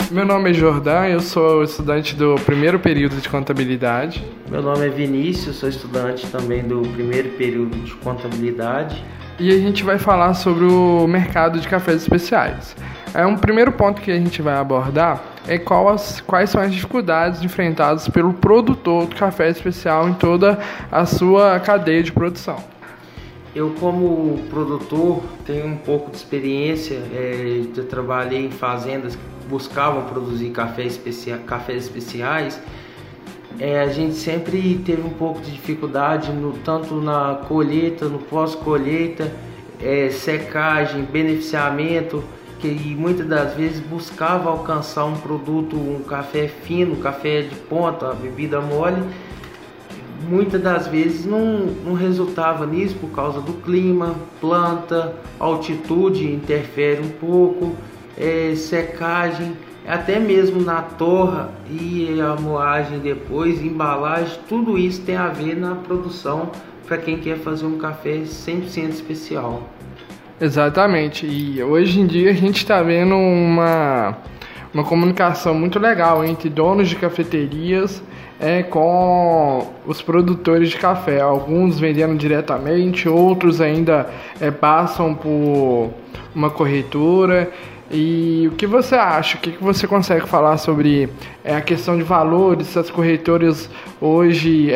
Meu nome é Jordan, eu sou estudante do primeiro período de contabilidade. Meu nome é Vinícius, sou estudante também do primeiro período de contabilidade. E a gente vai falar sobre o mercado de cafés especiais. Um primeiro ponto que a gente vai abordar é quais são as dificuldades enfrentadas pelo produtor de café especial em toda a sua cadeia de produção. Eu, como produtor, tenho um pouco de experiência. Eu trabalhei em fazendas que buscavam produzir cafés especiais. A gente sempre teve um pouco de dificuldade tanto na colheita, no pós-colheita, secagem, beneficiamento, que muitas das vezes buscava alcançar um produto, um café fino, café de ponta, a bebida mole. Muitas das vezes não resultava nisso por causa do clima, planta, altitude interfere um pouco, secagem, até mesmo na torra e a moagem depois, embalagem, tudo isso tem a ver na produção para quem quer fazer um café 100% especial. Exatamente, e hoje em dia a gente está vendo uma comunicação muito legal entre donos de cafeterias com os produtores de café, alguns vendendo diretamente, outros ainda passam por uma corretora. E o que você acha? O que você consegue falar sobre a questão de valores? Se as corretoras hoje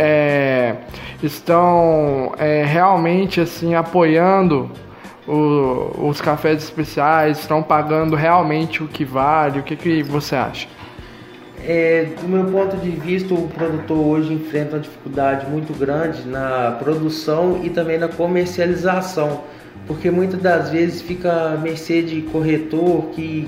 estão realmente assim apoiando os cafés especiais, estão pagando realmente o que vale? O que você acha? Do meu ponto de vista, o produtor hoje enfrenta uma dificuldade muito grande na produção e também na comercialização, porque muitas das vezes fica à mercê de corretor que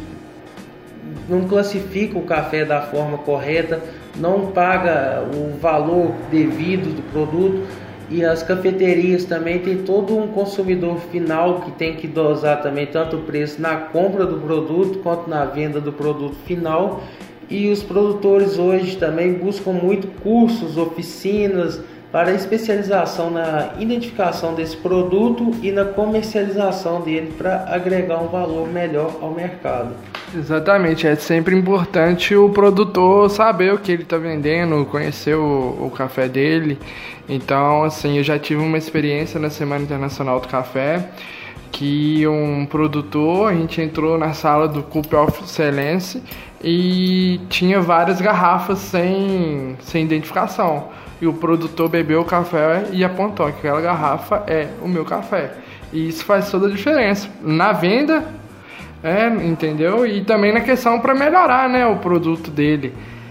não classifica o café da forma correta, não paga o valor devido do produto, e as cafeterias também tem todo um consumidor final que tem que dosar também tanto o preço na compra do produto quanto na venda do produto final. E os produtores hoje também buscam muito cursos, oficinas para especialização na identificação desse produto e na comercialização dele para agregar um valor melhor ao mercado. Exatamente, é sempre importante o produtor saber o que ele está vendendo, conhecer o café dele. Então, assim, eu já tive uma experiência na Semana Internacional do Café, que um produtor, a gente entrou na sala do Cup of Excellence e tinha várias garrafas sem identificação. E o produtor bebeu o café e apontou que aquela garrafa é o meu café. E isso faz toda a diferença na venda, entendeu? E também na questão para melhorar, o produto dele.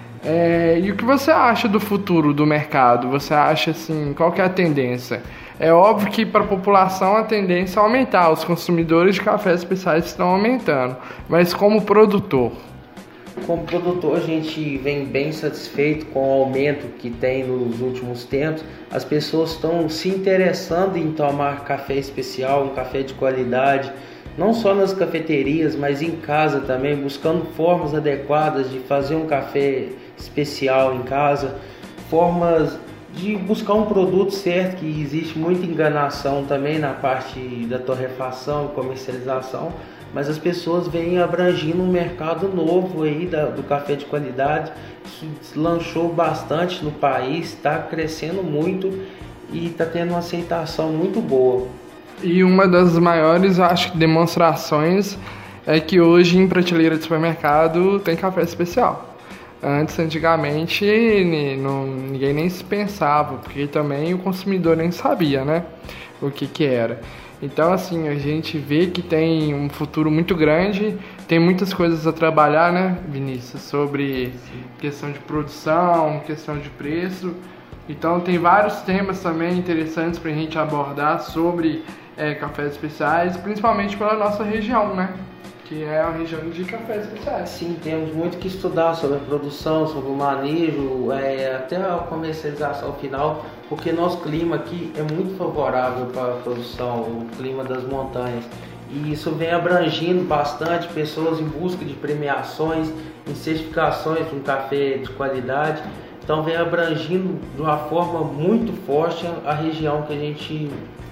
E o que você acha do futuro do mercado? Você acha assim, qual que é a tendência? É óbvio que para a população a tendência é aumentar, os consumidores de cafés especiais estão aumentando, mas como produtor? Como produtor, a gente vem bem satisfeito com o aumento que tem nos últimos tempos. As pessoas estão se interessando em tomar café especial, um café de qualidade, não só nas cafeterias, mas em casa também, buscando formas adequadas de fazer um café especial em casa, formas de buscar um produto certo, que existe muita enganação também na parte da torrefação e comercialização, mas as pessoas vêm abrangindo um mercado novo aí do café de qualidade. Isso deslanchou bastante no país, está crescendo muito e está tendo uma aceitação muito boa. E uma das maiores, acho, demonstrações é que hoje em prateleira de supermercado tem café especial. Antigamente, ninguém nem se pensava, porque também o consumidor nem sabia, o que era. Então, assim, a gente vê que tem um futuro muito grande, tem muitas coisas a trabalhar, Vinícius, sobre questão de produção, questão de preço. Então, tem vários temas também interessantes para a gente abordar sobre cafés especiais, principalmente pela nossa região, que é a região de cafés especiais. Sim, temos muito que estudar sobre a produção, sobre o manejo, até a comercialização final, porque nosso clima aqui é muito favorável para a produção, o clima das montanhas. E isso vem abrangindo bastante pessoas em busca de premiações, em certificações de um café de qualidade. Então vem abrangindo de uma forma muito forte a região que a gente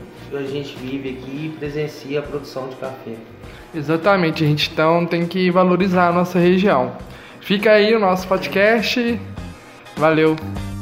vive aqui e presencia a produção de café. Exatamente, a gente então tem que valorizar a nossa região. Fica aí o nosso podcast. Valeu!